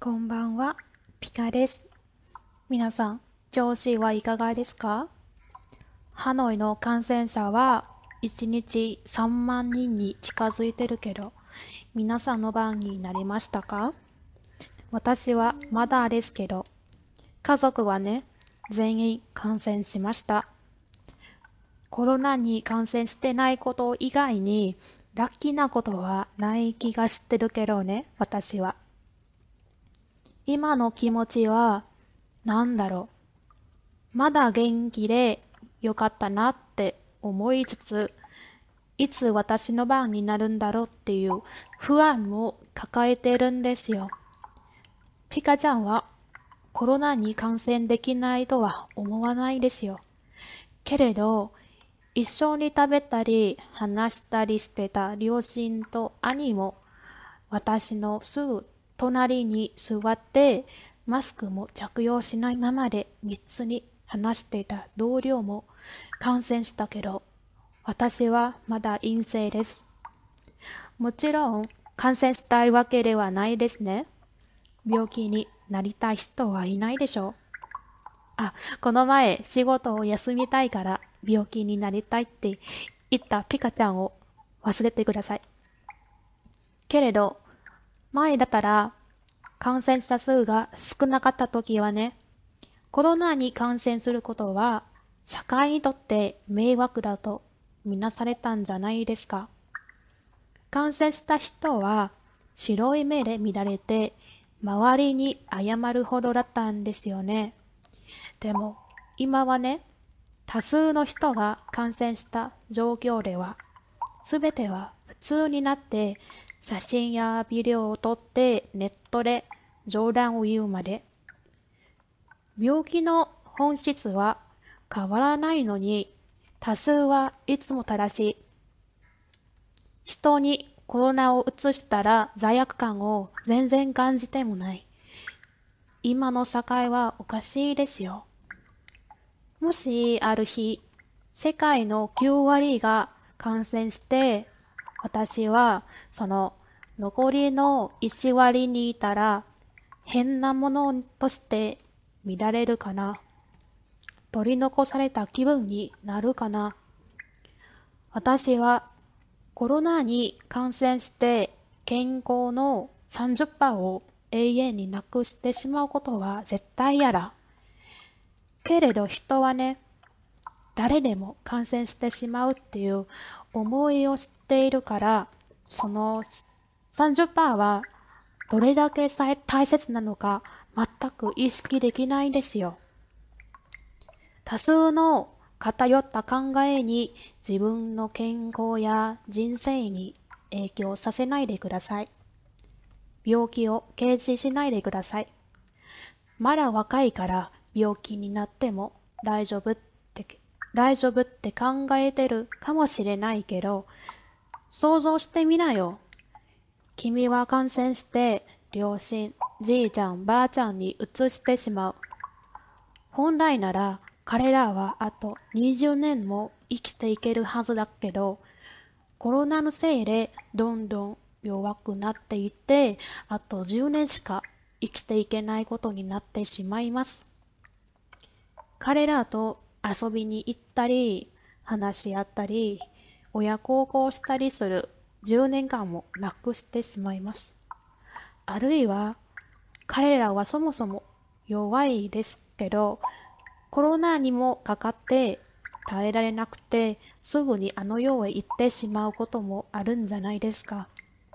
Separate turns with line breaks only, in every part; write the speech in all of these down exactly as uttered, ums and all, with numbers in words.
こんばんは、ピカです。皆さん、調子はいかがですか？ハノイの感染者はいちにちさんまんにんに近づいてるけど、皆さんの番になりましたか？私はまだですけど、家族はね、全員感染しました。コロナに感染してないこと以外に、ラッキーなことはない気がしてるけどね、私は。今の気持ちは、なんだろう。まだ元気でよかったなって思いつつ、いつ私の番になるんだろうっていう不安も抱えてるんですよ。ピカちゃんはコロナに感染できないとは思わないですよ。けれど、一緒に食べたり話したりしてた両親と兄も私のすぐ隣に座ってマスクも着用しないままで密に話していた同僚も感染したけど、私はまだ陰性です。もちろん感染したいわけではないですね。病気になりたい人はいないでしょう。あ、この前仕事を休みたいから病気になりたいって言ったピカちゃんを忘れてください。けれど、前だったら感染者数が少なかった時はね、コロナに感染することは社会にとって迷惑だとみなされたんじゃないですか。感染した人は白い目で見られて周りに謝るほどだったんですよね。でも今はね、多数の人が感染した状況では、すべては普通になって写真やビデオを撮ってネットで冗談を言うまで、病気の本質は変わらないのに、多数はいつも正しい。人にコロナをうつしたら罪悪感を全然感じてもない。今の社会はおかしいですよ。もしある日、世界のきゅうわりが感染して、私はその残りのいちわりにいたら変なものとして見られるかな。取り残された気分になるかな。私はコロナに感染して健康のさんじゅっパーセントを永遠になくしてしまうことは絶対嫌だ。けれど人はね、誰でも感染してしまうっていう思いを知っているから、そのさんじゅっパーセントはどれだけ大切なのか全く意識できないですよ。多数の偏った考えに自分の健康や人生に影響させないでください。病気を軽視しないでください。まだ若いから病気になっても大丈夫って、大丈夫って考えてるかもしれないけど、想像してみなよ。君は感染して両親、じいちゃん、ばあちゃんにうつしてしまう。本来なら彼らはあとにじゅうねんも生きていけるはずだけど、コロナのせいでどんどん弱くなっていって、あとじゅうねんしか生きていけないことになってしまいます。彼らと遊びに行ったり、話し合ったり、親孝行したりするじゅうねんかんもなくしてしまいます。あるいは、彼らはそもそも弱いですけど、コロナにもかかって耐えられなくて、すぐにあの世へ行ってしまうこともあるんじゃないですか。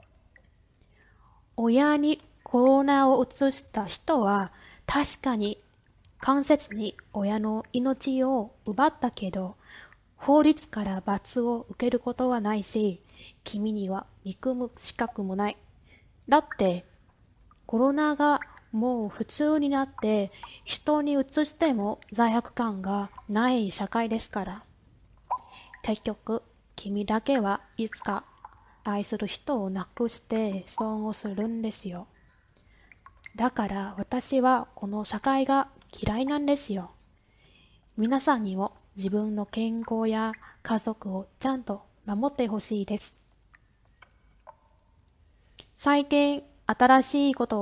親にコロナをうつした人は確かに間接に親の命を奪ったけど、法律から罰を受けることはないし、君には憎む資格もない。だって、コロナがもう普通になって人にうつしても罪悪感がない社会ですから。結局、君だけはいつか愛する人を亡くして損をするんですよ。だから私はこの社会が嫌いなんですよ。皆さんにも自分の健康や家族をちゃんと守ってほしいです。最近新しいことを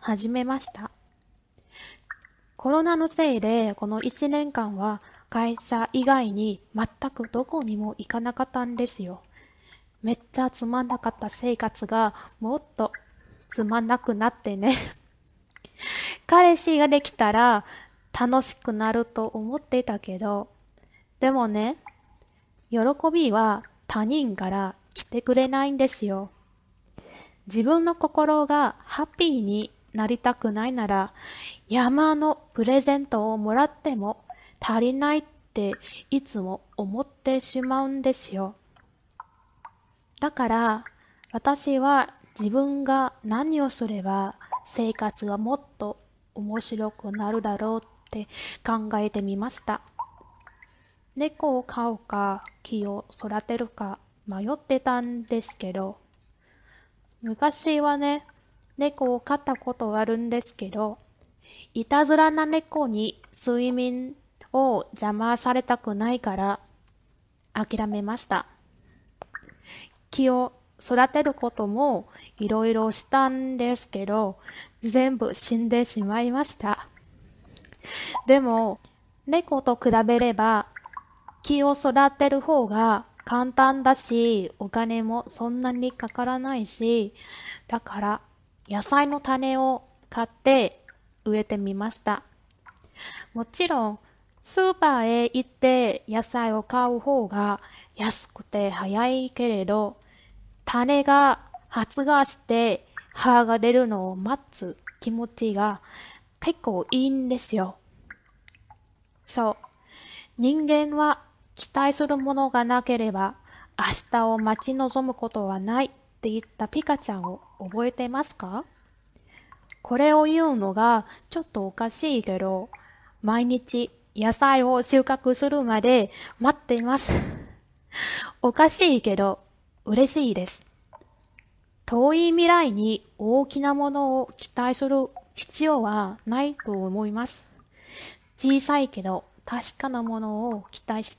始めました。コロナのせいでこのいちねんかんは会社以外に全くどこにも行かなかったんですよ。めっちゃつまんなかった生活がもっとつまんなくなってね。彼氏ができたら楽しくなると思ってたけど、でもね、喜びは他人から来てくれないんですよ。自分の心がハッピーになりたくないなら、山のプレゼントをもらっても足りないっていつも思ってしまうんですよ。だから私は自分が何をすれば生活がもっと面白くなるだろうって考えてみました。猫を飼うか木を育てるか迷ってたんですけど、昔はね、猫を飼ったことがあるんですけど、いたずらな猫に睡眠を邪魔されたくないから諦めました。木を育てることもいろいろしたんですけど、全部死んでしまいました。でも、猫と比べれば、木を育てる方が簡単だし、お金もそんなにかからないし、だから野菜の種を買って植えてみました。もちろん、スーパーへ行って野菜を買う方が安くて早いけれど、種が発芽して葉が出るのを待つ気持ちが結構いいんですよ。そう。人間は期待するものがなければ明日を待ち望むことはないって言ったピカちゃんを覚えてますか？これを言うのがちょっとおかしいけど、毎日野菜を収穫するまで待っています。おかしいけど嬉しいです。遠い未来に大きなものを期待する必要はないと思います。小さいけど確かなものを期待して、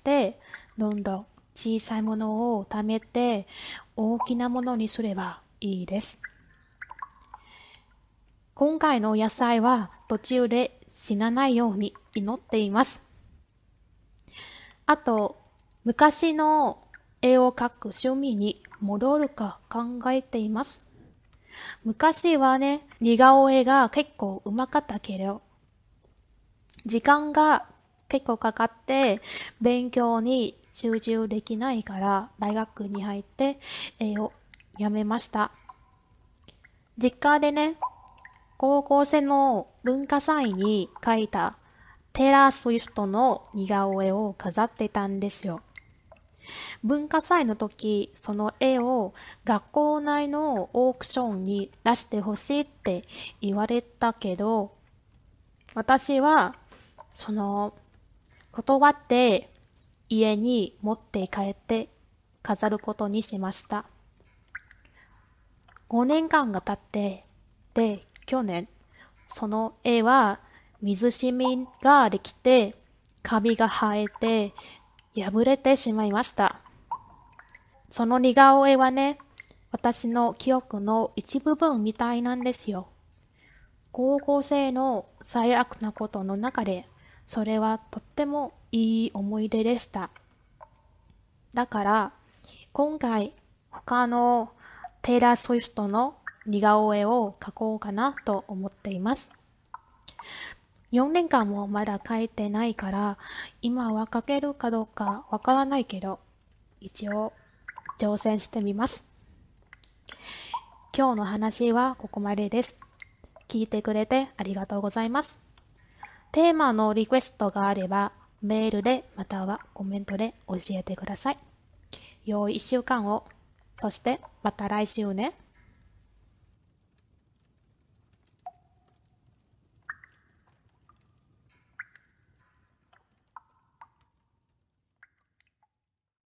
どんどん小さいものを貯めて大きなものにすればいいです。今回の野菜は途中で死なないように祈っています。あと、昔の絵を描く趣味に戻るか考えています。昔はね、似顔絵が結構うまかったけど、時間が結構かかって勉強に集中できないから大学に入って絵をやめました。実家でね、高校生の文化祭に描いたテイラー・スウィフトの似顔絵を飾ってたんですよ。文化祭の時、その絵を学校内のオークションに出してほしいって言われたけど、私はその断って家に持って帰って飾ることにしました。ごねんかんが経って、で、去年、その絵は水しみができて、カビが生えて、破れてしまいました。その似顔絵はね、私の記憶の一部分みたいなんですよ。高校生の最悪なことの中で、それはとってもいい思い出でした。だから、今回他のテイラー・スウィフトの似顔絵を描こうかなと思っています。よねんかんもまだ描いてないから、今は描けるかどうかわからないけど、一応挑戦してみます。今日の話はここまでです。聞いてくれてありがとうございます。テーマのリクエストがあれば、メールでまたはコメントで教えてください。良い一週間を。そしてまた来週ね。